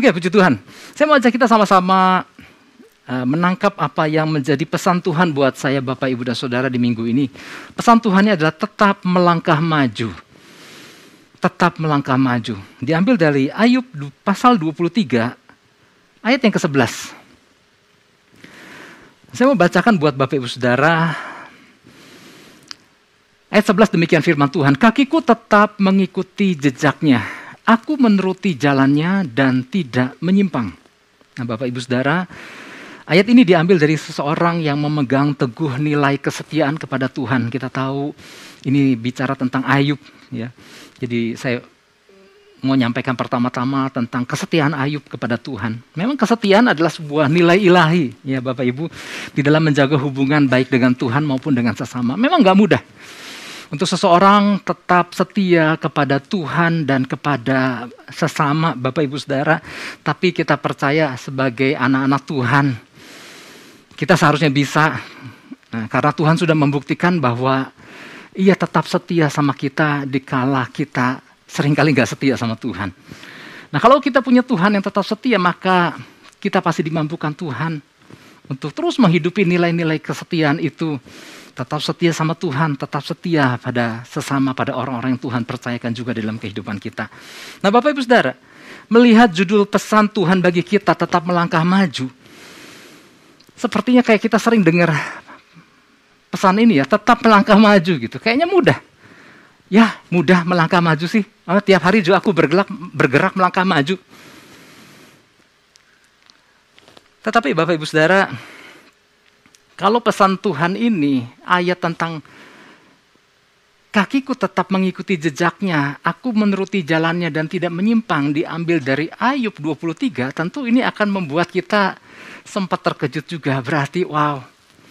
Oke, puji Tuhan. Saya mau ajak kita sama-sama menangkap apa yang menjadi pesan Tuhan buat saya, Bapak, Ibu, dan Saudara di minggu ini. Pesan Tuhannya adalah tetap melangkah maju. Tetap melangkah maju. Diambil dari Ayub pasal 23, ayat yang ke-11. Saya mau bacakan buat Bapak, Ibu, Saudara. Ayat 11 demikian firman Tuhan. Kakiku tetap mengikuti jejaknya. Aku menuruti jalannya dan tidak menyimpang. Nah, Bapak, Ibu, Saudara, ayat ini diambil dari seseorang yang memegang teguh nilai kesetiaan kepada Tuhan. Kita tahu ini bicara tentang Ayub, ya. Jadi saya mau nyampaikan pertama-tama tentang kesetiaan Ayub kepada Tuhan. Memang kesetiaan adalah sebuah nilai ilahi, ya Bapak Ibu, di dalam menjaga hubungan baik dengan Tuhan maupun dengan sesama. Memang nggak mudah untuk seseorang tetap setia kepada Tuhan dan kepada sesama, Bapak, Ibu, Saudara. Tapi kita percaya sebagai anak-anak Tuhan, kita seharusnya bisa. Nah, karena Tuhan sudah membuktikan bahwa Ia tetap setia sama kita dikala kita seringkali nggak setia sama Tuhan. Nah, kalau kita punya Tuhan yang tetap setia, maka kita pasti dimampukan Tuhan untuk terus menghidupi nilai-nilai kesetiaan itu. Tetap setia sama Tuhan, tetap setia pada sesama, pada orang-orang yang Tuhan percayakan juga dalam kehidupan kita. Nah, Bapak, Ibu, Saudara, melihat judul pesan Tuhan bagi kita tetap melangkah maju, sepertinya kayak kita sering dengar pesan ini ya, tetap melangkah maju gitu. Kayaknya mudah. Ya, mudah melangkah maju sih. Tiap hari juga aku bergerak melangkah maju. Tetapi Bapak, Ibu, Saudara, kalau pesan Tuhan ini, ayat tentang kakiku tetap mengikuti jejaknya, aku menuruti jalannya dan tidak menyimpang, diambil dari Ayub 23, tentu ini akan membuat kita sempat terkejut juga. Berarti, wow,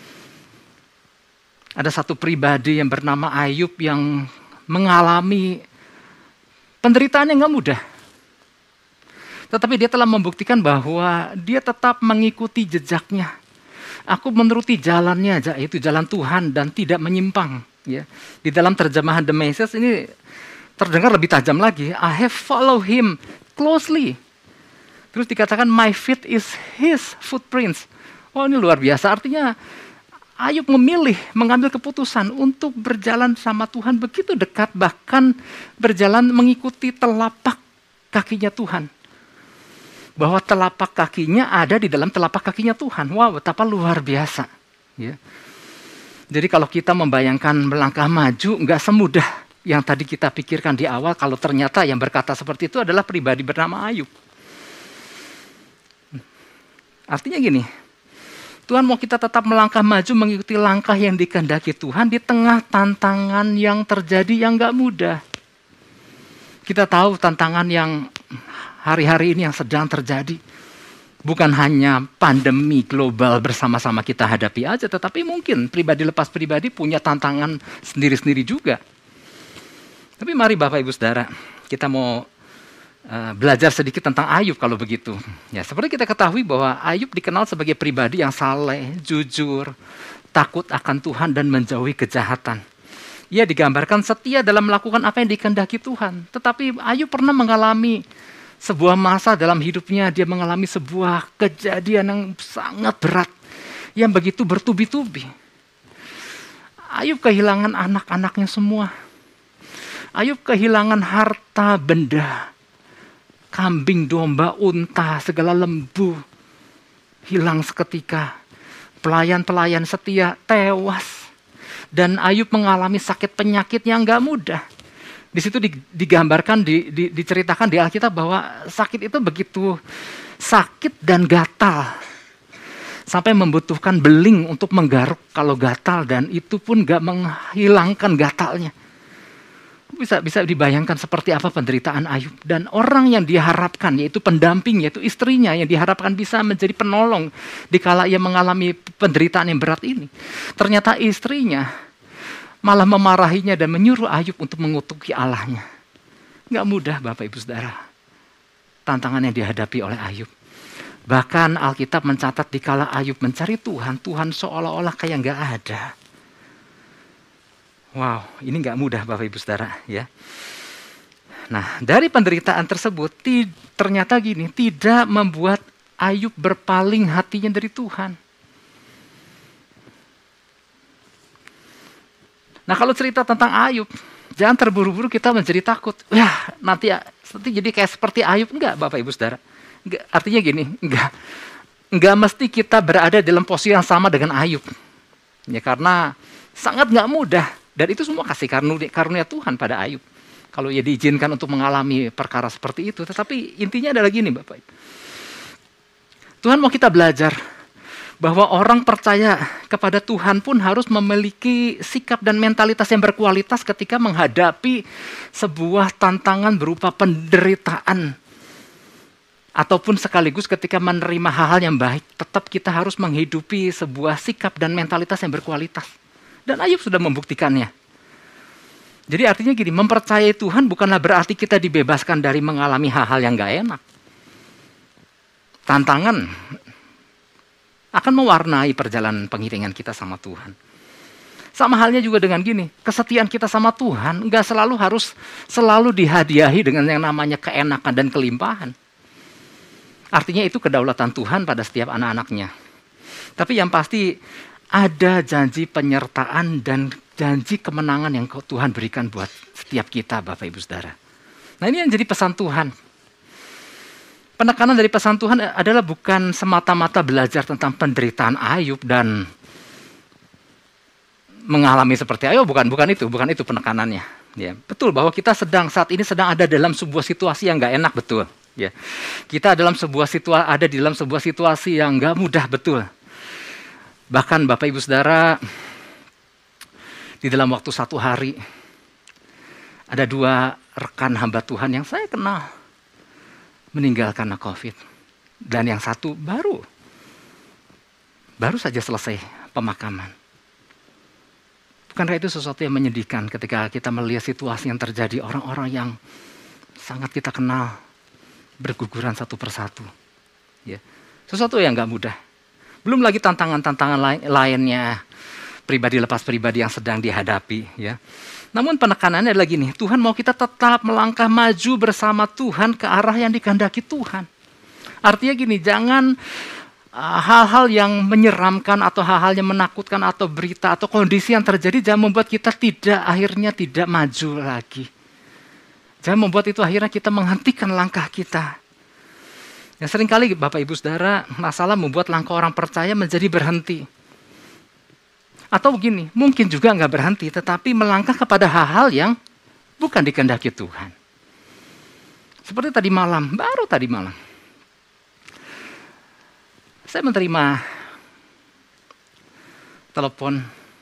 ada satu pribadi yang bernama Ayub yang mengalami penderitaan yang gak mudah. Tetapi dia telah membuktikan bahwa dia tetap mengikuti jejaknya. Aku menuruti jalannya, yaitu jalan Tuhan dan tidak menyimpang. Ya. Di dalam terjemahan The Message ini terdengar lebih tajam lagi. I have followed him closely. Terus dikatakan my feet is his footprints. Oh, ini luar biasa. Artinya Ayub memilih, mengambil keputusan untuk berjalan sama Tuhan begitu dekat. Bahkan berjalan mengikuti telapak kakinya Tuhan. Bahwa telapak kakinya ada di dalam telapak kakinya Tuhan. Wow, betapa luar biasa. Ya. Jadi kalau kita membayangkan melangkah maju, nggak semudah yang tadi kita pikirkan di awal, kalau ternyata yang berkata seperti itu adalah pribadi bernama Ayub. Artinya gini, Tuhan mau kita tetap melangkah maju, mengikuti langkah yang dikehendaki Tuhan di tengah tantangan yang terjadi yang nggak mudah. Kita tahu tantangan yang hari-hari ini yang sedang terjadi. Bukan hanya pandemi global bersama-sama kita hadapi aja, tetapi mungkin pribadi lepas pribadi punya tantangan sendiri-sendiri juga. Tapi mari Bapak, Ibu, Saudara, kita mau belajar sedikit tentang Ayub kalau begitu. Ya, seperti kita ketahui bahwa Ayub dikenal sebagai pribadi yang saleh, jujur, takut akan Tuhan dan menjauhi kejahatan. Ia digambarkan setia dalam melakukan apa yang dikehendaki Tuhan. Tetapi Ayub pernah mengalami sebuah masa dalam hidupnya, dia mengalami sebuah kejadian yang sangat berat, yang begitu bertubi-tubi. Ayub kehilangan anak-anaknya semua. Ayub kehilangan harta benda, kambing, domba, unta, segala lembu, hilang seketika. Pelayan-pelayan setia tewas. Dan Ayub mengalami sakit penyakit yang gak mudah. Di situ digambarkan, diceritakan di Alkitab bahwa sakit itu begitu sakit dan gatal. Sampai membutuhkan beling untuk menggaruk kalau gatal, dan itu pun gak menghilangkan gatalnya. Bisa dibayangkan seperti apa penderitaan Ayub. Dan orang yang diharapkan, yaitu pendamping, yaitu istrinya, yang diharapkan bisa menjadi penolong dikala ia mengalami penderitaan yang berat ini. Ternyata istrinya malah memarahinya dan menyuruh Ayub untuk mengutuki Allahnya. Gak mudah Bapak, Ibu, Saudara, tantangan yang dihadapi oleh Ayub. Bahkan Alkitab mencatat dikala Ayub mencari Tuhan, Tuhan seolah-olah kayak gak ada. Wow, ini gak mudah Bapak, Ibu, Saudara, ya. Nah, dari penderitaan tersebut ternyata gini, tidak membuat Ayub berpaling hatinya dari Tuhan. Nah, kalau cerita tentang Ayub, jangan terburu-buru kita menjadi takut. Wah, nanti jadi kayak seperti Ayub. Enggak, Bapak Ibu Saudara. Enggak, artinya gini, enggak mesti kita berada dalam posisi yang sama dengan Ayub. Ya, karena sangat enggak mudah. Dan itu semua kasih karunia Tuhan pada Ayub. Kalau ia diizinkan untuk mengalami perkara seperti itu. Tetapi intinya adalah gini, Bapak Ibu. Tuhan mau kita belajar bahwa orang percaya kepada Tuhan pun harus memiliki sikap dan mentalitas yang berkualitas ketika menghadapi sebuah tantangan berupa penderitaan. Ataupun sekaligus ketika menerima hal-hal yang baik, tetap kita harus menghidupi sebuah sikap dan mentalitas yang berkualitas. Dan Ayub sudah membuktikannya. Jadi artinya gini, mempercayai Tuhan bukanlah berarti kita dibebaskan dari mengalami hal-hal yang gak enak. Tantangan akan mewarnai perjalanan pengiringan kita sama Tuhan. Sama halnya juga dengan gini, kesetiaan kita sama Tuhan gak selalu harus selalu dihadiahi dengan yang namanya keenakan dan kelimpahan. Artinya itu kedaulatan Tuhan pada setiap anak-anaknya. Tapi yang pasti ada janji penyertaan dan janji kemenangan yang Tuhan berikan buat setiap kita, Bapak Ibu Saudara. Nah, ini yang jadi pesan Tuhan. Penekanan dari pesan Tuhan adalah bukan semata-mata belajar tentang penderitaan Ayub dan mengalami seperti Ayub, bukan itu penekanannya. Ya, betul bahwa kita saat ini sedang ada dalam sebuah situasi yang nggak enak, betul. Ya, kita ada di dalam sebuah situasi yang nggak mudah, betul. Bahkan Bapak Ibu Saudara, di dalam waktu satu hari, ada 2 rekan hamba Tuhan yang saya kenal meninggal karena COVID. Dan yang satu baru saja selesai pemakaman. Bukankah itu sesuatu yang menyedihkan ketika kita melihat situasi yang terjadi, orang-orang yang sangat kita kenal berguguran satu persatu. Ya. Sesuatu yang gak mudah. Belum lagi tantangan-tantangan lainnya, pribadi lepas pribadi yang sedang dihadapi, ya. Namun penekanannya adalah gini, Tuhan mau kita tetap melangkah maju bersama Tuhan ke arah yang dikehendaki Tuhan. Artinya gini, jangan hal-hal yang menyeramkan atau hal-hal yang menakutkan atau berita atau kondisi yang terjadi jangan membuat kita akhirnya tidak maju lagi. Jangan membuat itu akhirnya kita menghentikan langkah kita. Ya, seringkali Bapak Ibu Saudara, masalah membuat langkah orang percaya menjadi berhenti. Atau begini, mungkin juga nggak berhenti, tetapi melangkah kepada hal-hal yang bukan dikehendaki Tuhan. Seperti baru tadi malam. Saya menerima telepon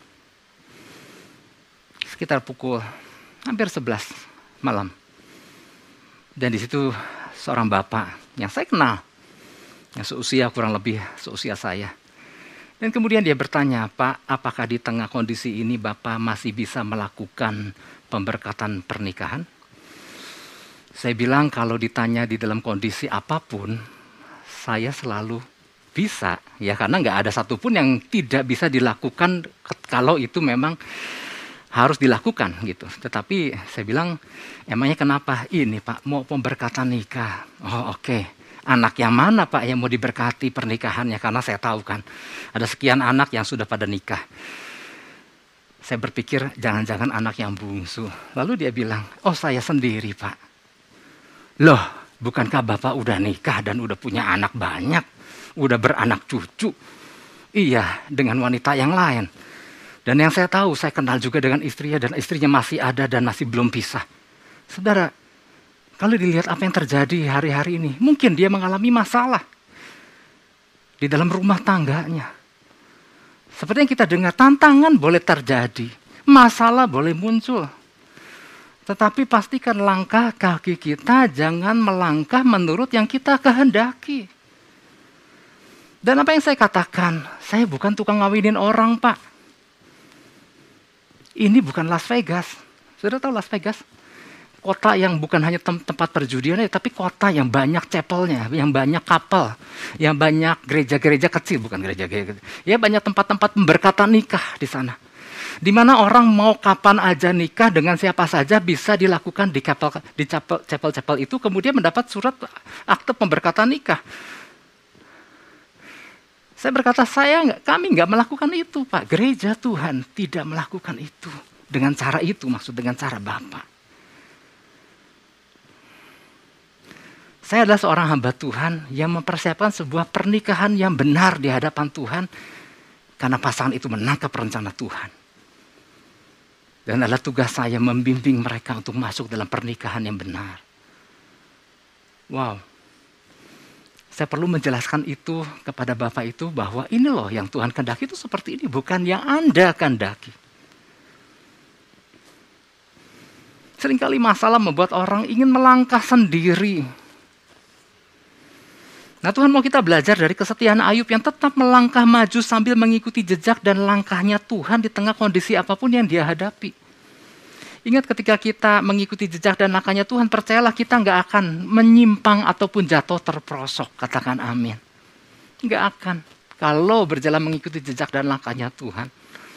sekitar pukul hampir 11 malam. Dan di situ seorang bapak yang saya kenal, yang kurang lebih seusia saya. Dan kemudian dia bertanya, Pak, apakah di tengah kondisi ini Bapak masih bisa melakukan pemberkatan pernikahan? Saya bilang kalau ditanya di dalam kondisi apapun, saya selalu bisa. Ya karena nggak ada satupun yang tidak bisa dilakukan kalau itu memang harus dilakukan gitu. Tetapi saya bilang, emangnya kenapa? Ini Pak, mau pemberkatan nikah. Oh oke. Anak yang mana Pak yang mau diberkati pernikahannya? Karena saya tahu kan ada sekian anak yang sudah pada nikah. Saya berpikir jangan-jangan anak yang bungsu. Lalu dia bilang, oh saya sendiri Pak. Loh, bukankah Bapak udah nikah dan udah punya anak banyak? Udah beranak cucu? Iya, dengan wanita yang lain. Dan yang saya tahu, saya kenal juga dengan istrinya dan istrinya masih ada dan masih belum pisah. Saudara, kalau dilihat apa yang terjadi hari-hari ini, mungkin dia mengalami masalah di dalam rumah tangganya. Seperti yang kita dengar, tantangan boleh terjadi, masalah boleh muncul. Tetapi pastikan langkah kaki kita jangan melangkah menurut yang kita kehendaki. Dan apa yang saya katakan, saya bukan tukang ngawinin orang Pak. Ini bukan Las Vegas. Sudah tahu Las Vegas? Kota yang bukan hanya tempat perjudian, tapi kota yang banyak chapelnya, yang banyak kapel, yang banyak gereja-gereja kecil, bukan gereja-gereja. Ya banyak tempat-tempat pemberkatan nikah di sana. Di mana orang mau kapan aja nikah dengan siapa saja bisa dilakukan di chapel itu, kemudian mendapat surat akte pemberkatan nikah. Saya berkata, kami nggak melakukan itu, Pak. Gereja Tuhan tidak melakukan itu. Dengan cara itu, maksud dengan cara Bapak. Saya adalah seorang hamba Tuhan yang mempersiapkan sebuah pernikahan yang benar di hadapan Tuhan. Karena pasangan itu menangkap rencana Tuhan. Dan adalah tugas saya membimbing mereka untuk masuk dalam pernikahan yang benar. Wow. Saya perlu menjelaskan itu kepada Bapak itu bahwa ini loh yang Tuhan kehendaki itu seperti ini, bukan yang Anda kehendaki. Seringkali masalah membuat orang ingin melangkah sendiri. Nah, Tuhan mau kita belajar dari kesetiaan Ayub yang tetap melangkah maju sambil mengikuti jejak dan langkahnya Tuhan di tengah kondisi apapun yang dia hadapi. Ingat ketika kita mengikuti jejak dan langkahnya Tuhan, percayalah kita nggak akan menyimpang ataupun jatuh terperosok. Katakan amin. Nggak akan. Kalau berjalan mengikuti jejak dan langkahnya Tuhan.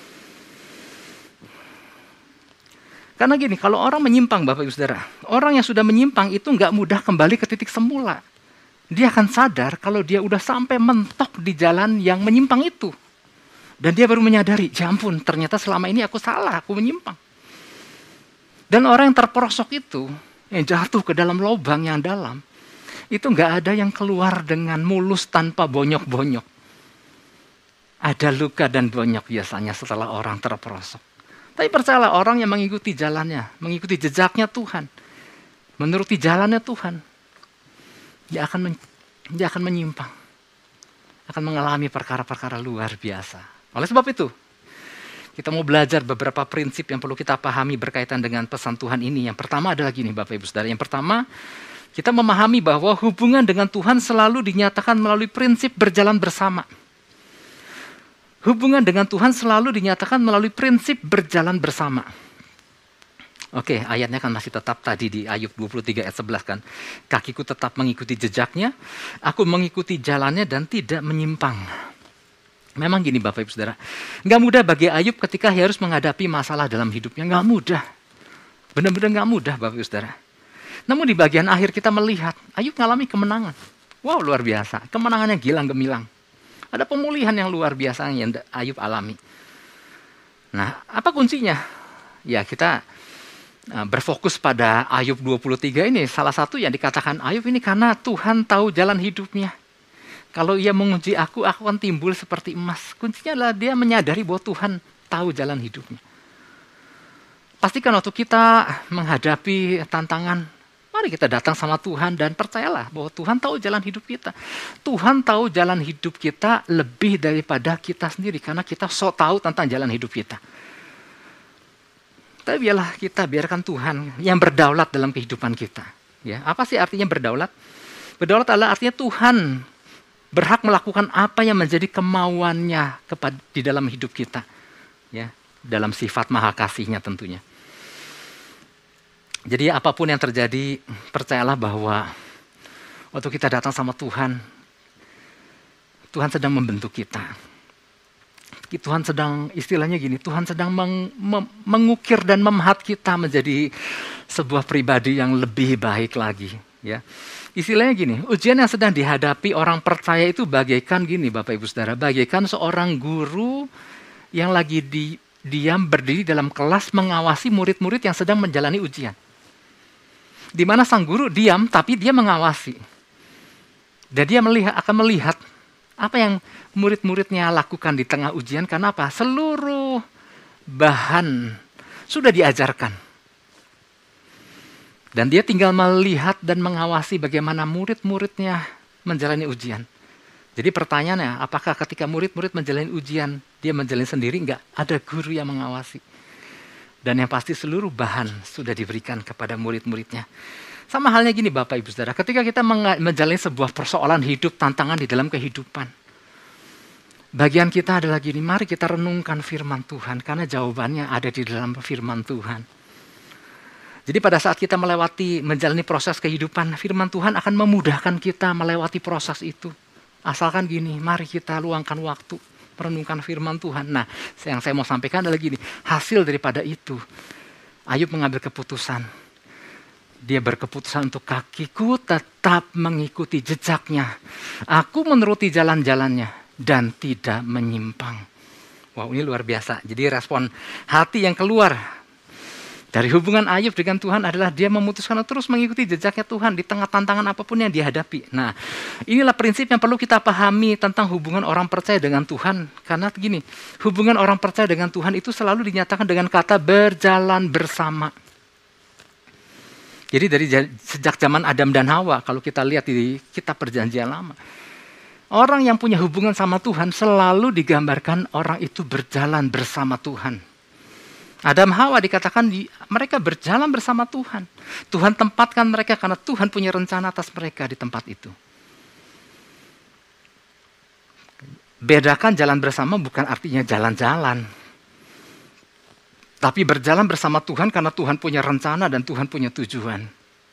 Karena gini, kalau orang menyimpang Bapak Ibu Saudara, orang yang sudah menyimpang itu nggak mudah kembali ke titik semula. Dia akan sadar kalau dia udah sampai mentok di jalan yang menyimpang itu. Dan dia baru menyadari, ya ampun ternyata selama ini aku salah, aku menyimpang. Dan orang yang terperosok itu, yang jatuh ke dalam lubang yang dalam, itu nggak ada yang keluar dengan mulus tanpa bonyok-bonyok. Ada luka dan bonyok biasanya setelah orang terperosok. Tapi percayalah orang yang mengikuti jalannya, mengikuti jejaknya Tuhan, menuruti jalannya Tuhan, dia akan menyimpang, akan mengalami perkara-perkara luar biasa. Oleh sebab itu, kita mau belajar beberapa prinsip yang perlu kita pahami berkaitan dengan pesan Tuhan ini. Yang pertama adalah gini Bapak Ibu Saudara. Yang pertama, kita memahami bahwa hubungan dengan Tuhan selalu dinyatakan melalui prinsip berjalan bersama. Hubungan dengan Tuhan selalu dinyatakan melalui prinsip berjalan bersama. Oke, ayatnya kan masih tetap tadi di Ayub 23 ayat 11 kan. Kakiku tetap mengikuti jejaknya, aku mengikuti jalannya dan tidak menyimpang. Memang gini Bapak Ibu Saudara, nggak mudah bagi Ayub ketika harus menghadapi masalah dalam hidupnya, nggak mudah. Benar-benar nggak mudah Bapak Ibu Saudara. Namun di bagian akhir kita melihat, Ayub mengalami kemenangan. Wow, luar biasa, kemenangannya gilang gemilang. Ada pemulihan yang luar biasa yang Ayub alami. Nah, apa kuncinya? Ya kita berfokus pada Ayub 23 ini, salah satu yang dikatakan Ayub ini karena Tuhan tahu jalan hidupnya. Kalau ia menguji aku akan timbul seperti emas. Kuncinya adalah dia menyadari bahwa Tuhan tahu jalan hidupnya. Pastikan waktu kita menghadapi tantangan, mari kita datang sama Tuhan dan percayalah bahwa Tuhan tahu jalan hidup kita. Tuhan tahu jalan hidup kita lebih daripada kita sendiri, karena kita sok tahu tentang jalan hidup kita. Tapi biarkan Tuhan yang berdaulat dalam kehidupan kita. Ya, apa sih artinya berdaulat? Berdaulat adalah artinya Tuhan berhak melakukan apa yang menjadi kemauannya di dalam hidup kita. Ya, dalam sifat maha kasihnya tentunya. Jadi apapun yang terjadi, percayalah bahwa waktu kita datang sama Tuhan, Tuhan sedang membentuk kita. Tuhan sedang, istilahnya gini, Tuhan sedang mengukir dan memahat kita menjadi sebuah pribadi yang lebih baik lagi. Ya. Istilahnya gini, ujian yang sedang dihadapi orang percaya itu bagaikan gini Bapak Ibu Saudara, bagaikan seorang guru yang lagi diam berdiri dalam kelas mengawasi murid-murid yang sedang menjalani ujian. Di mana sang guru diam tapi dia mengawasi. Dan dia akan melihat apa yang murid-muridnya lakukan di tengah ujian, karena apa? Seluruh bahan sudah diajarkan. Dan dia tinggal melihat dan mengawasi bagaimana murid-muridnya menjalani ujian. Jadi pertanyaannya, apakah ketika murid-murid menjalani ujian, dia menjalani sendiri? Enggak, ada guru yang mengawasi. Dan yang pasti seluruh bahan sudah diberikan kepada murid-muridnya. Sama halnya gini Bapak Ibu Saudara, ketika kita menjalani sebuah persoalan hidup, tantangan di dalam kehidupan. Bagian kita adalah gini, mari kita renungkan firman Tuhan, karena jawabannya ada di dalam firman Tuhan. Jadi pada saat kita menjalani proses kehidupan, firman Tuhan akan memudahkan kita melewati proses itu. Asalkan gini, mari kita luangkan waktu merenungkan firman Tuhan. Nah, yang saya mau sampaikan adalah gini, hasil daripada itu, Ayub mengambil keputusan. Dia berkeputusan untuk kakiku tetap mengikuti jejaknya. Aku menuruti jalan-jalannya dan tidak menyimpang. Wow, ini luar biasa. Jadi respon hati yang keluar dari hubungan Ayub dengan Tuhan adalah dia memutuskan untuk terus mengikuti jejaknya Tuhan di tengah tantangan apapun yang dihadapi. Nah, inilah prinsip yang perlu kita pahami tentang hubungan orang percaya dengan Tuhan. Karena begini, hubungan orang percaya dengan Tuhan itu selalu dinyatakan dengan kata berjalan bersama. Jadi sejak zaman Adam dan Hawa, kalau kita lihat di kitab Perjanjian Lama, orang yang punya hubungan sama Tuhan selalu digambarkan orang itu berjalan bersama Tuhan. Adam Hawa dikatakan mereka berjalan bersama Tuhan. Tuhan tempatkan mereka karena Tuhan punya rencana atas mereka di tempat itu. Bedakan jalan bersama bukan artinya jalan-jalan. Tapi berjalan bersama Tuhan karena Tuhan punya rencana dan Tuhan punya tujuan.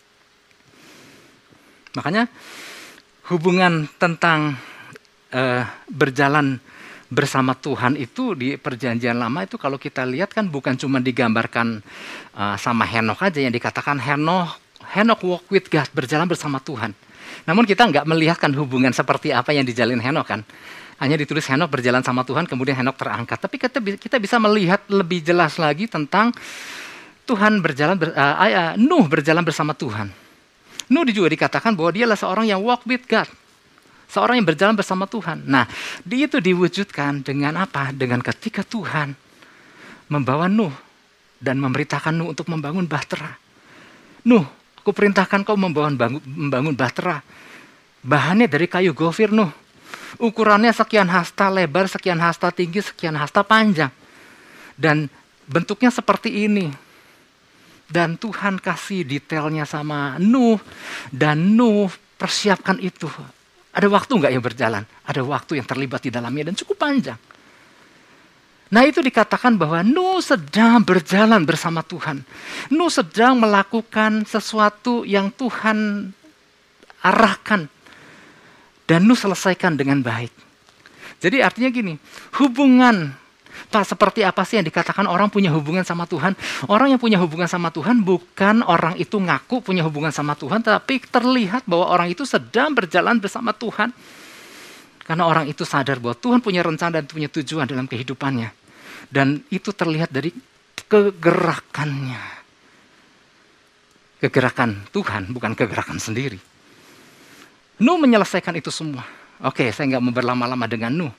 Makanya hubungan tentang berjalan bersama Tuhan itu di Perjanjian Lama itu kalau kita lihat kan bukan cuma digambarkan sama Henokh aja yang dikatakan Henokh walk with God, berjalan bersama Tuhan. Namun kita nggak melihatkan hubungan seperti apa yang dijalin Henokh kan. Hanya ditulis Henokh berjalan sama Tuhan, kemudian Henokh terangkat. Tapi kita bisa melihat lebih jelas lagi tentang Nuh berjalan bersama Tuhan. Nuh juga dikatakan bahwa dia adalah seorang yang walk with God. Seorang yang berjalan bersama Tuhan. Nah, itu diwujudkan dengan apa? Dengan ketika Tuhan membawa Nuh dan memerintahkan Nuh untuk membangun bahtera. Nuh, aku perintahkan kau membangun bahtera. Bahannya dari kayu gofir, Nuh. Ukurannya sekian hasta lebar, sekian hasta tinggi, sekian hasta panjang. Dan bentuknya seperti ini. Dan Tuhan kasih detailnya sama Nuh. Dan Nuh persiapkan itu. Ada waktu nggak yang berjalan? Ada waktu yang terlibat di dalamnya dan cukup panjang. Nah itu dikatakan bahwa Nuh sedang berjalan bersama Tuhan. Nuh sedang melakukan sesuatu yang Tuhan arahkan. Dan Nuh selesaikan dengan baik. Jadi artinya gini, hubungan, seperti apa sih yang dikatakan orang punya hubungan sama Tuhan? Orang yang punya hubungan sama Tuhan bukan orang itu ngaku punya hubungan sama Tuhan, tapi terlihat bahwa orang itu sedang berjalan bersama Tuhan. Karena orang itu sadar bahwa Tuhan punya rencana dan punya tujuan dalam kehidupannya. Dan itu terlihat dari kegerakannya. Kegerakan Tuhan, bukan kegerakan sendiri. Nuh menyelesaikan itu semua. Oke, saya nggak mau berlama-lama dengan Nuh.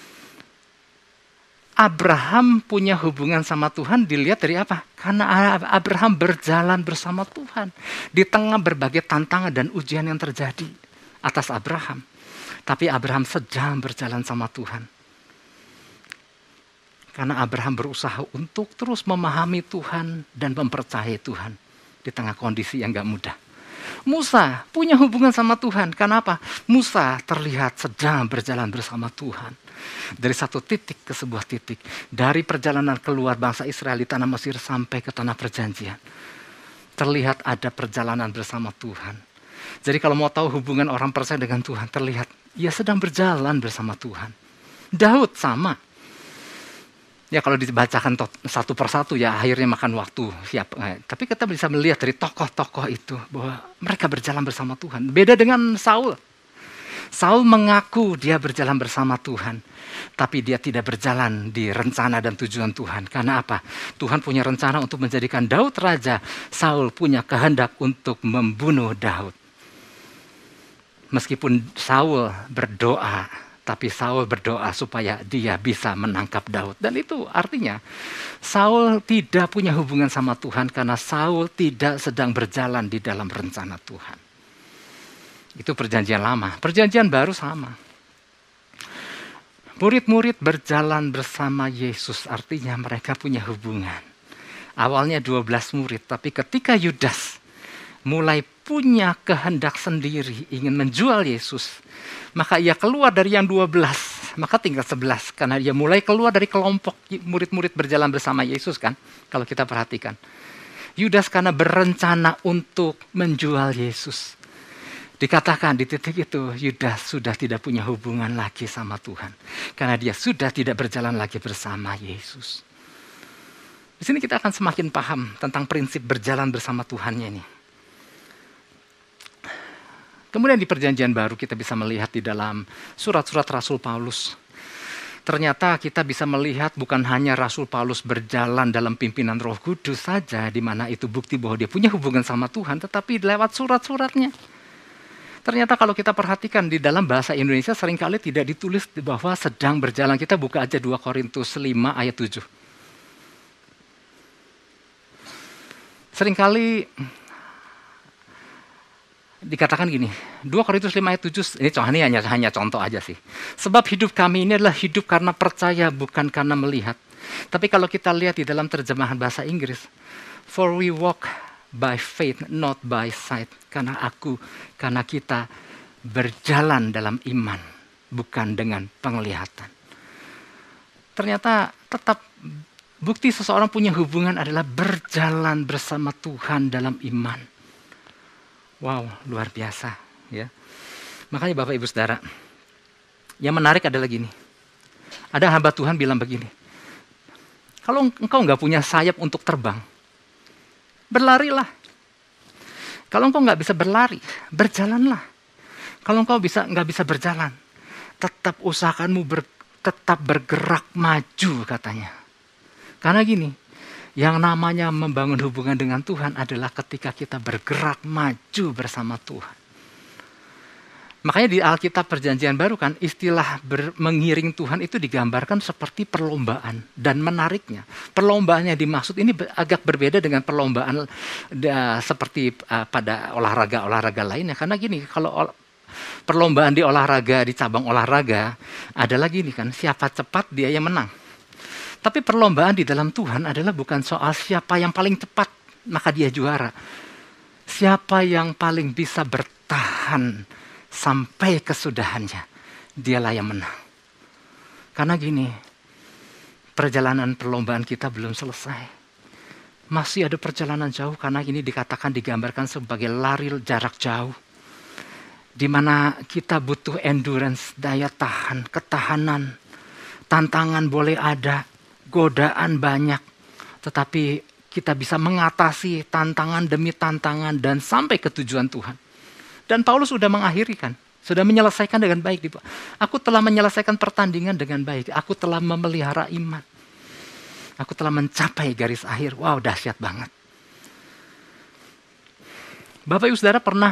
Abraham punya hubungan sama Tuhan dilihat dari apa? Karena Abraham berjalan bersama Tuhan. Di tengah berbagai tantangan dan ujian yang terjadi atas Abraham. Tapi Abraham sedang berjalan sama Tuhan. Karena Abraham berusaha untuk terus memahami Tuhan dan mempercayai Tuhan. Di tengah kondisi yang nggak mudah. Musa punya hubungan sama Tuhan. Kenapa? Musa terlihat sedang berjalan bersama Tuhan. Dari satu titik ke sebuah titik. Dari perjalanan keluar bangsa Israel di tanah Mesir sampai ke tanah perjanjian. Terlihat ada perjalanan bersama Tuhan. Jadi kalau mau tahu hubungan orang percaya dengan Tuhan, terlihat ia sedang berjalan bersama Tuhan. Daud sama. Ya kalau dibacakan satu persatu ya akhirnya makan waktu. Tapi kita bisa melihat dari tokoh-tokoh itu bahwa mereka berjalan bersama Tuhan. Beda dengan Saul. Saul mengaku dia berjalan bersama Tuhan. Tapi dia tidak berjalan di rencana dan tujuan Tuhan. Karena apa? Tuhan punya rencana untuk menjadikan Daud raja. Saul punya kehendak untuk membunuh Daud. Meskipun Saul berdoa. Tapi Saul berdoa supaya dia bisa menangkap Daud. Dan itu artinya Saul tidak punya hubungan sama Tuhan karena Saul tidak sedang berjalan di dalam rencana Tuhan. Itu perjanjian lama. Perjanjian baru sama. Murid-murid berjalan bersama Yesus artinya mereka punya hubungan. Awalnya 12 murid, tapi ketika Yudas mulai punya kehendak sendiri ingin menjual Yesus, maka ia keluar dari yang 12, maka tinggal 11. Karena ia mulai keluar dari kelompok murid-murid berjalan bersama Yesus kan, kalau kita perhatikan. Yudas karena berencana untuk menjual Yesus. Dikatakan di titik itu Yudas sudah tidak punya hubungan lagi sama Tuhan. Karena dia sudah tidak berjalan lagi bersama Yesus. Di sini kita akan semakin paham tentang prinsip berjalan bersama Tuhannya ini. Kemudian di Perjanjian Baru kita bisa melihat di dalam surat-surat Rasul Paulus. Ternyata kita bisa melihat bukan hanya Rasul Paulus berjalan dalam pimpinan Roh Kudus saja, di mana itu bukti bahwa dia punya hubungan sama Tuhan, tetapi lewat surat-suratnya. Ternyata kalau kita perhatikan di dalam bahasa Indonesia seringkali tidak ditulis bahwa sedang berjalan. Kita buka aja 2 Korintus 5 ayat 7. Seringkali dikatakan gini, 2 Korintus 5 ayat 7, ini hanya contoh aja sih. Sebab hidup kami ini adalah hidup karena percaya, bukan karena melihat. Tapi kalau kita lihat di dalam terjemahan bahasa Inggris, for we walk by faith, not by sight. Karena kita berjalan dalam iman, bukan dengan penglihatan. Ternyata tetap bukti seseorang punya hubungan adalah berjalan bersama Tuhan dalam iman. Wow, luar biasa. Ya. Makanya Bapak Ibu Saudara, yang menarik adalah gini. Ada hamba Tuhan bilang begini, kalau engkau nggak punya sayap untuk terbang, berlarilah. Kalau engkau nggak bisa berlari, berjalanlah. Kalau engkau nggak bisa berjalan, tetap usahakanmu tetap bergerak maju katanya. Karena gini, yang namanya membangun hubungan dengan Tuhan adalah ketika kita bergerak maju bersama Tuhan. Makanya di Alkitab Perjanjian Baru kan istilah mengiring Tuhan itu digambarkan seperti perlombaan. Dan menariknya, perlombaan yang dimaksud ini agak berbeda dengan perlombaan seperti pada olahraga-olahraga lainnya. Karena gini, kalau perlombaan di olahraga, di cabang olahraga adalah gini kan, siapa cepat dia yang menang. Tapi perlombaan di dalam Tuhan adalah bukan soal siapa yang paling cepat, maka dia juara. Siapa yang paling bisa bertahan sampai kesudahannya, dialah yang menang. Karena gini, perjalanan perlombaan kita belum selesai. Masih ada perjalanan jauh, karena ini digambarkan sebagai lari jarak jauh. Di mana kita butuh endurance, daya tahan, ketahanan. Tantangan boleh ada, godaan banyak. Tetapi kita bisa mengatasi tantangan demi tantangan dan sampai ke tujuan Tuhan. Dan Paulus sudah mengakhiri kan, sudah menyelesaikan dengan baik. Aku telah menyelesaikan pertandingan dengan baik. Aku telah memelihara iman. Aku telah mencapai garis akhir. Wow, dahsyat banget. Bapak Ibu Saudara pernah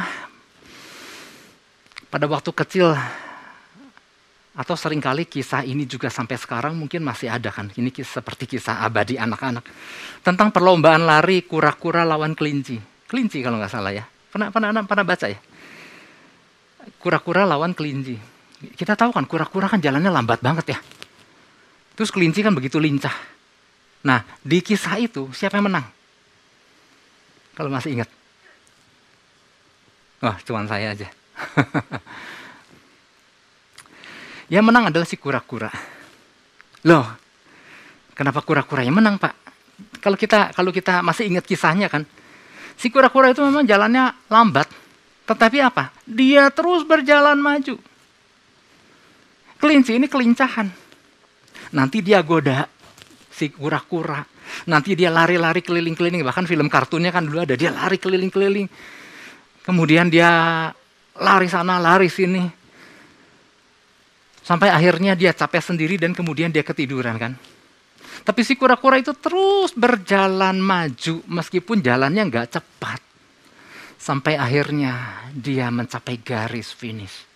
pada waktu kecil, atau seringkali kisah ini juga sampai sekarang mungkin masih ada kan. Ini seperti kisah abadi anak-anak. Tentang perlombaan lari kura-kura lawan kelinci. Kelinci kalau nggak salah ya. Pernah baca ya? Kura-kura lawan kelinci. Kita tahu kan kura-kura kan jalannya lambat banget ya. Terus kelinci kan begitu lincah. Nah, di kisah itu siapa yang menang? Kalau masih ingat. Wah, cuman saya aja. Yang menang adalah si kura-kura. Loh, kenapa kura-kura yang menang, Pak? Kalau kita masih ingat kisahnya kan, si kura-kura itu memang jalannya lambat. Tetapi apa? Dia terus berjalan maju. Kelinci ini kelincahan. Nanti dia goda si kura-kura. Nanti dia lari-lari keliling-keliling. Bahkan film kartunnya kan dulu ada. Dia lari keliling-keliling. Kemudian dia lari sana, lari sini. Sampai akhirnya dia capek sendiri dan kemudian dia ketiduran kan. Tapi si kura-kura itu terus berjalan maju meskipun jalannya nggak cepat. Sampai akhirnya dia mencapai garis finish.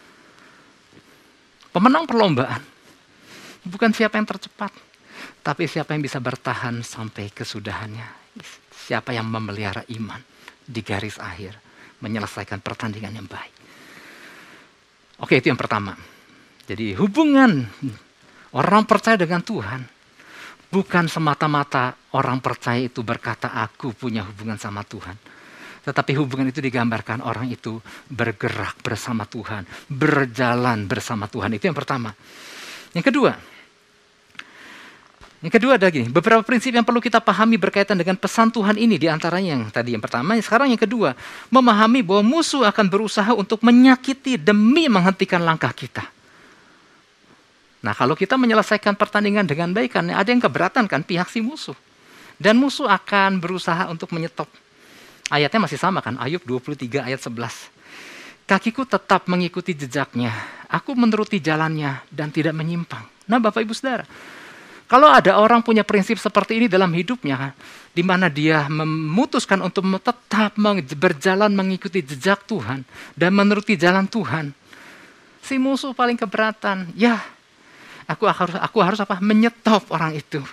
Pemenang perlombaan bukan siapa yang tercepat, tapi siapa yang bisa bertahan sampai kesudahannya. Siapa yang memelihara iman di garis akhir, menyelesaikan pertandingan yang baik. Oke, itu yang pertama. Jadi hubungan orang percaya dengan Tuhan bukan semata-mata orang percaya itu berkata aku punya hubungan sama Tuhan. Tetapi hubungan itu digambarkan orang itu bergerak bersama Tuhan, berjalan bersama Tuhan. Itu yang pertama. Yang kedua, Yang kedua ada gini, beberapa prinsip yang perlu kita pahami berkaitan dengan pesan Tuhan ini, di antaranya yang tadi yang pertama, sekarang yang kedua, memahami bahwa musuh akan berusaha untuk menyakiti demi menghentikan langkah kita. Nah, kalau kita menyelesaikan pertandingan dengan baik, kan ada yang keberatan kan pihak si musuh. Dan musuh akan berusaha untuk menyetop. Ayatnya masih sama kan, Ayub 23 ayat 11. Kakiku tetap mengikuti jejaknya, aku menuruti jalannya dan tidak menyimpang. Nah, Bapak Ibu Saudara, kalau ada orang punya prinsip seperti ini dalam hidupnya, di mana dia memutuskan untuk tetap berjalan mengikuti jejak Tuhan dan menuruti jalan Tuhan, si musuh paling keberatan. Ya, aku harus apa? Menyetop orang itu.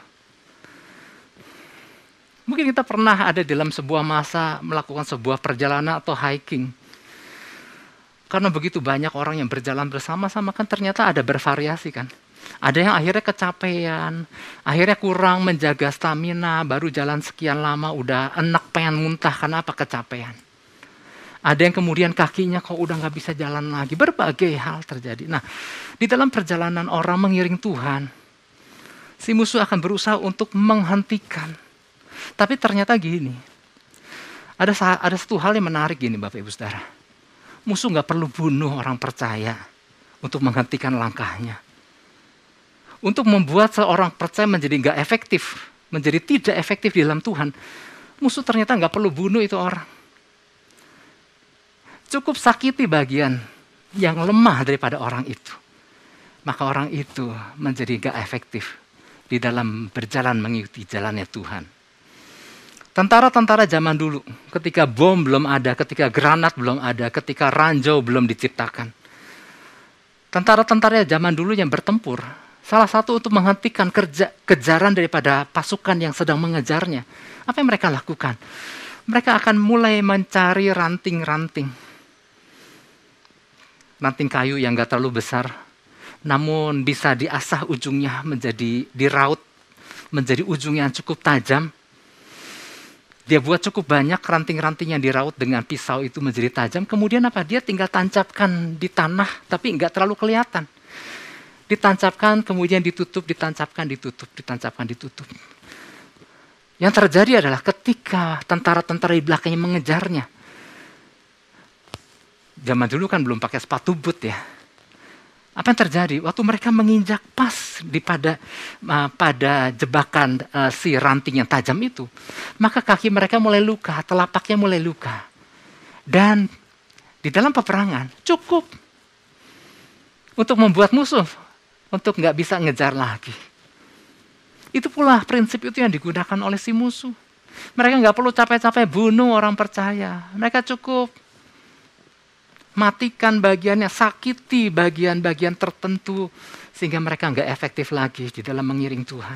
Mungkin kita pernah ada dalam sebuah masa melakukan sebuah perjalanan atau hiking. Karena begitu banyak orang yang berjalan bersama-sama, kan ternyata ada bervariasi kan. Ada yang akhirnya kecapean, akhirnya kurang menjaga stamina, baru jalan sekian lama udah enak pengen muntah karena apa? Kecapean. Ada yang kemudian kakinya kok udah gak bisa jalan lagi, berbagai hal terjadi. Nah, di dalam perjalanan orang mengiring Tuhan, si musuh akan berusaha untuk menghentikan. Tapi ternyata gini, ada satu hal yang menarik gini Bapak Ibu Saudara. Musuh gak perlu bunuh orang percaya untuk menghentikan langkahnya. Untuk membuat seorang percaya menjadi nggak efektif, menjadi tidak efektif di dalam Tuhan, musuh ternyata nggak perlu bunuh itu orang. Cukup sakiti bagian yang lemah daripada orang itu. Maka orang itu menjadi nggak efektif di dalam berjalan mengikuti jalannya Tuhan. Tentara-tentara zaman dulu, ketika bom belum ada, ketika granat belum ada, ketika ranjau belum diciptakan. Tentara-tentara zaman dulu yang bertempur, salah satu untuk menghentikan kejaran daripada pasukan yang sedang mengejarnya. Apa yang mereka lakukan? Mereka akan mulai mencari ranting-ranting. Ranting kayu yang gak terlalu besar, namun bisa diasah ujungnya menjadi diraut, menjadi ujung yang cukup tajam. Dia buat cukup banyak ranting-ranting yang diraut dengan pisau itu menjadi tajam. Kemudian apa? Dia tinggal tancapkan di tanah, tapi gak terlalu kelihatan. Ditancapkan, kemudian ditutup, ditancapkan, ditutup, ditancapkan, ditutup. Yang terjadi adalah ketika tentara-tentara di belakangnya mengejarnya. Zaman dulu kan belum pakai sepatu boot ya. Apa yang terjadi? Waktu mereka menginjak pas pada jebakan si ranting yang tajam itu, maka kaki mereka mulai luka, telapaknya mulai luka. Dan di dalam peperangan cukup untuk membuat musuh untuk nggak bisa ngejar lagi. Itu pula prinsip itu yang digunakan oleh si musuh. Mereka nggak perlu capek-capek bunuh orang percaya. Mereka cukup matikan bagiannya, sakiti bagian-bagian tertentu sehingga mereka nggak efektif lagi di dalam mengiring Tuhan.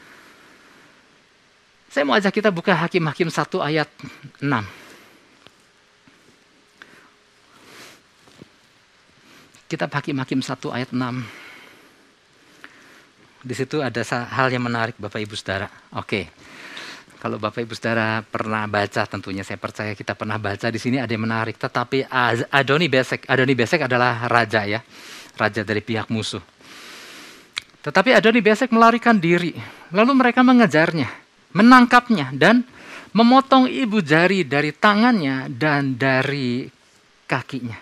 Saya mau ajak kita buka Hakim-Hakim 1 ayat 6. Kitab Hakim-Hakim 1 ayat 6. Di situ ada hal yang menarik Bapak Ibu Saudara. Oke. Kalau Bapak Ibu Saudara pernah baca, tentunya saya percaya kita pernah baca, di sini ada yang menarik. Tetapi Adoni-Besek adalah raja ya. Raja dari pihak musuh. Tetapi Adoni-Besek melarikan diri. Lalu mereka mengejarnya, menangkapnya dan memotong ibu jari dari tangannya dan dari kakinya.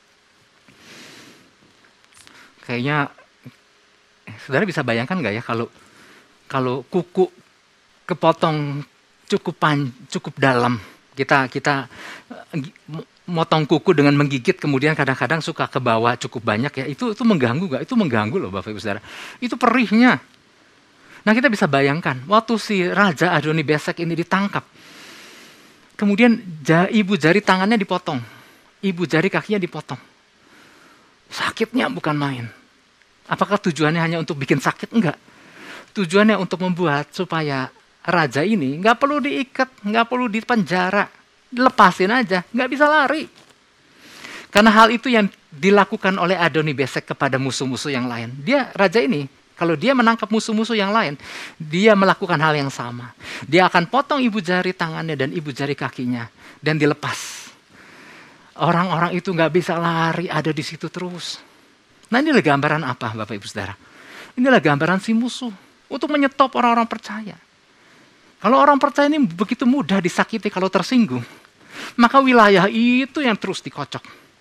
Kayaknya saudara bisa bayangkan nggak ya kalau kuku kepotong cukup dalam, kita motong kuku dengan menggigit, kemudian kadang-kadang suka ke bawah cukup banyak ya, itu mengganggu nggak? Itu mengganggu loh Bapak Ibu Saudara. Itu perihnya. Nah kita bisa bayangkan waktu si Raja Adoni-Besek ini ditangkap, kemudian ibu jari tangannya dipotong, ibu jari kakinya dipotong. Sakitnya bukan main. Apakah tujuannya hanya untuk bikin sakit? Enggak. Tujuannya untuk membuat supaya raja ini nggak perlu diikat, nggak perlu dipenjara, dilepasin aja, nggak bisa lari. Karena hal itu yang dilakukan oleh Adoni-Besek kepada musuh-musuh yang lain. Raja ini, kalau dia menangkap musuh-musuh yang lain, dia melakukan hal yang sama. Dia akan potong ibu jari tangannya dan ibu jari kakinya dan dilepas. Orang-orang itu nggak bisa lari, ada di situ terus. Nah inilah gambaran apa Bapak Ibu Saudara? Inilah gambaran si musuh. untuk menyetop orang-orang percaya. Kalau orang percaya ini begitu mudah disakiti kalau tersinggung, maka wilayah itu yang terus dikocok.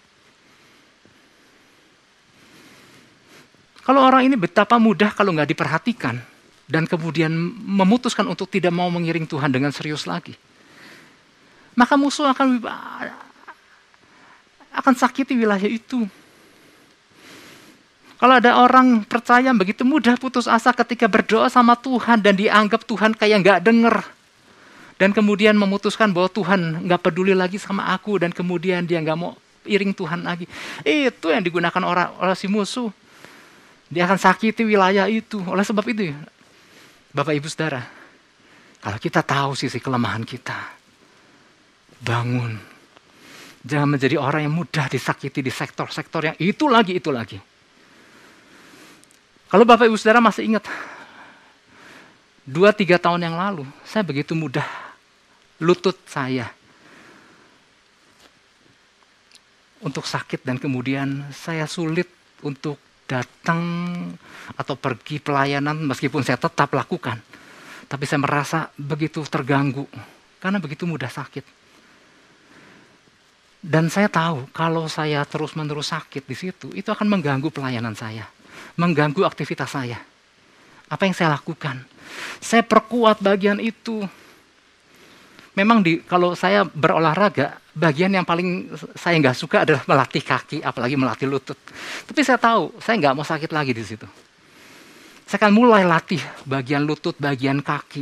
Kalau orang ini betapa mudah kalau nggak diperhatikan, dan kemudian memutuskan untuk tidak mau mengiring Tuhan dengan serius lagi, maka musuh akan sakiti wilayah itu. Kalau ada orang percaya begitu mudah putus asa ketika berdoa sama Tuhan dan dianggap Tuhan kayak nggak denger, dan kemudian memutuskan bahwa Tuhan nggak peduli lagi sama aku, dan kemudian dia nggak mau iring Tuhan lagi. Itu yang digunakan oleh si musuh. Dia akan sakiti wilayah itu. Oleh sebab itu, Bapak Ibu Saudara, kalau kita tahu sisi kelemahan kita, bangun. Jangan menjadi orang yang mudah disakiti di sektor-sektor yang itu lagi. Kalau Bapak Ibu Saudara masih ingat, 2-3 tahun yang lalu, saya begitu mudah lutut saya untuk sakit, dan kemudian saya sulit untuk datang atau pergi pelayanan meskipun saya tetap lakukan. Tapi saya merasa begitu terganggu karena begitu mudah sakit. Dan saya tahu kalau saya terus-menerus sakit di situ, itu akan mengganggu pelayanan saya, mengganggu aktivitas saya. Apa yang saya lakukan? Saya perkuat bagian itu. Memang kalau saya berolahraga, bagian yang paling saya nggak suka adalah melatih kaki, apalagi melatih lutut. Tapi saya tahu, saya nggak mau sakit lagi di situ. Saya akan mulai latih bagian lutut, bagian kaki.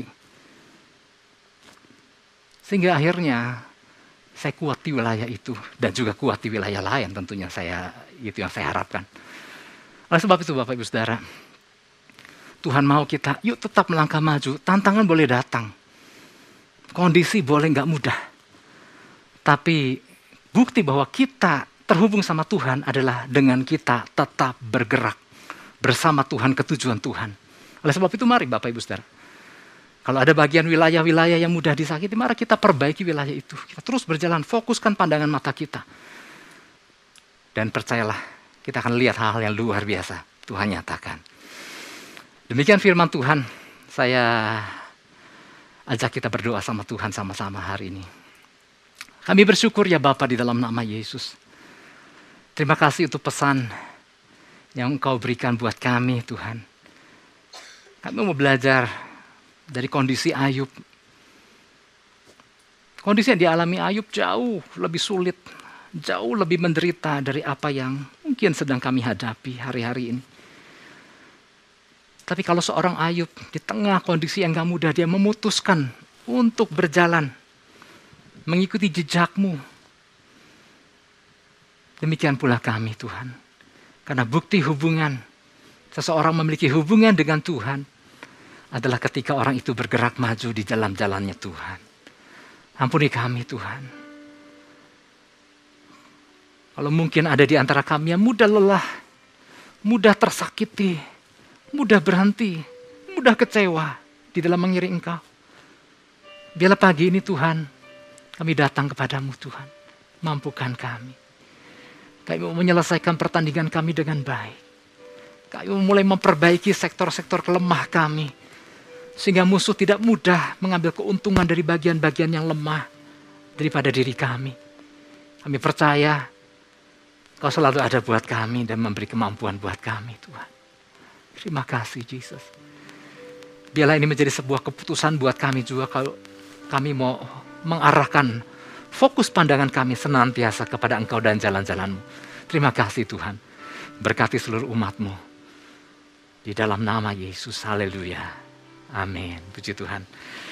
Sehingga akhirnya saya kuat di wilayah itu, dan juga kuat di wilayah lain tentunya, itu yang saya harapkan. Oleh sebab itu Bapak Ibu Saudara, Tuhan mau kita, yuk tetap melangkah maju, tantangan boleh datang. Kondisi boleh nggak mudah, tapi bukti bahwa kita terhubung sama Tuhan adalah dengan kita tetap bergerak bersama Tuhan ke tujuan Tuhan. Oleh sebab itu mari Bapak Ibu Saudara, kalau ada bagian wilayah-wilayah yang mudah disakiti, mari kita perbaiki wilayah itu. Kita terus berjalan, fokuskan pandangan mata kita. Dan percayalah, kita akan lihat hal-hal yang luar biasa Tuhan nyatakan. Demikian firman Tuhan, saya ajak kita berdoa sama Tuhan sama-sama hari ini. Kami bersyukur ya Bapa di dalam nama Yesus. Terima kasih untuk pesan yang Engkau berikan buat kami Tuhan. Kami mau belajar dari kondisi Ayub. Kondisi yang dialami Ayub jauh lebih sulit, jauh lebih menderita dari apa yang mungkin sedang kami hadapi hari-hari ini. Tapi kalau seorang Ayub di tengah kondisi yang gak mudah, dia memutuskan untuk berjalan, mengikuti jejak-Mu. Demikian pula kami Tuhan. Karena bukti hubungan, seseorang memiliki hubungan dengan Tuhan, adalah ketika orang itu bergerak maju di jalan-jalannya Tuhan. Ampuni kami Tuhan. Kalau mungkin ada di antara kami yang mudah lelah, mudah tersakiti, mudah berhenti, mudah kecewa di dalam mengiring Engkau. Biarlah pagi ini Tuhan, kami datang kepadamu Tuhan. Mampukan kami. Kami mau menyelesaikan pertandingan kami dengan baik. Kami mau mulai memperbaiki sektor-sektor kelemah kami. Sehingga musuh tidak mudah mengambil keuntungan dari bagian-bagian yang lemah daripada diri kami. Kami percaya Kau selalu ada buat kami dan memberi kemampuan buat kami Tuhan. Terima kasih Yesus. Biarlah ini menjadi sebuah keputusan buat kami juga kalau kami mau mengarahkan fokus pandangan kami senantiasa kepada Engkau dan jalan-jalan-Mu. Terima kasih Tuhan. Berkati seluruh umat-Mu. Di dalam nama Yesus. Haleluya. Amin. Puji Tuhan.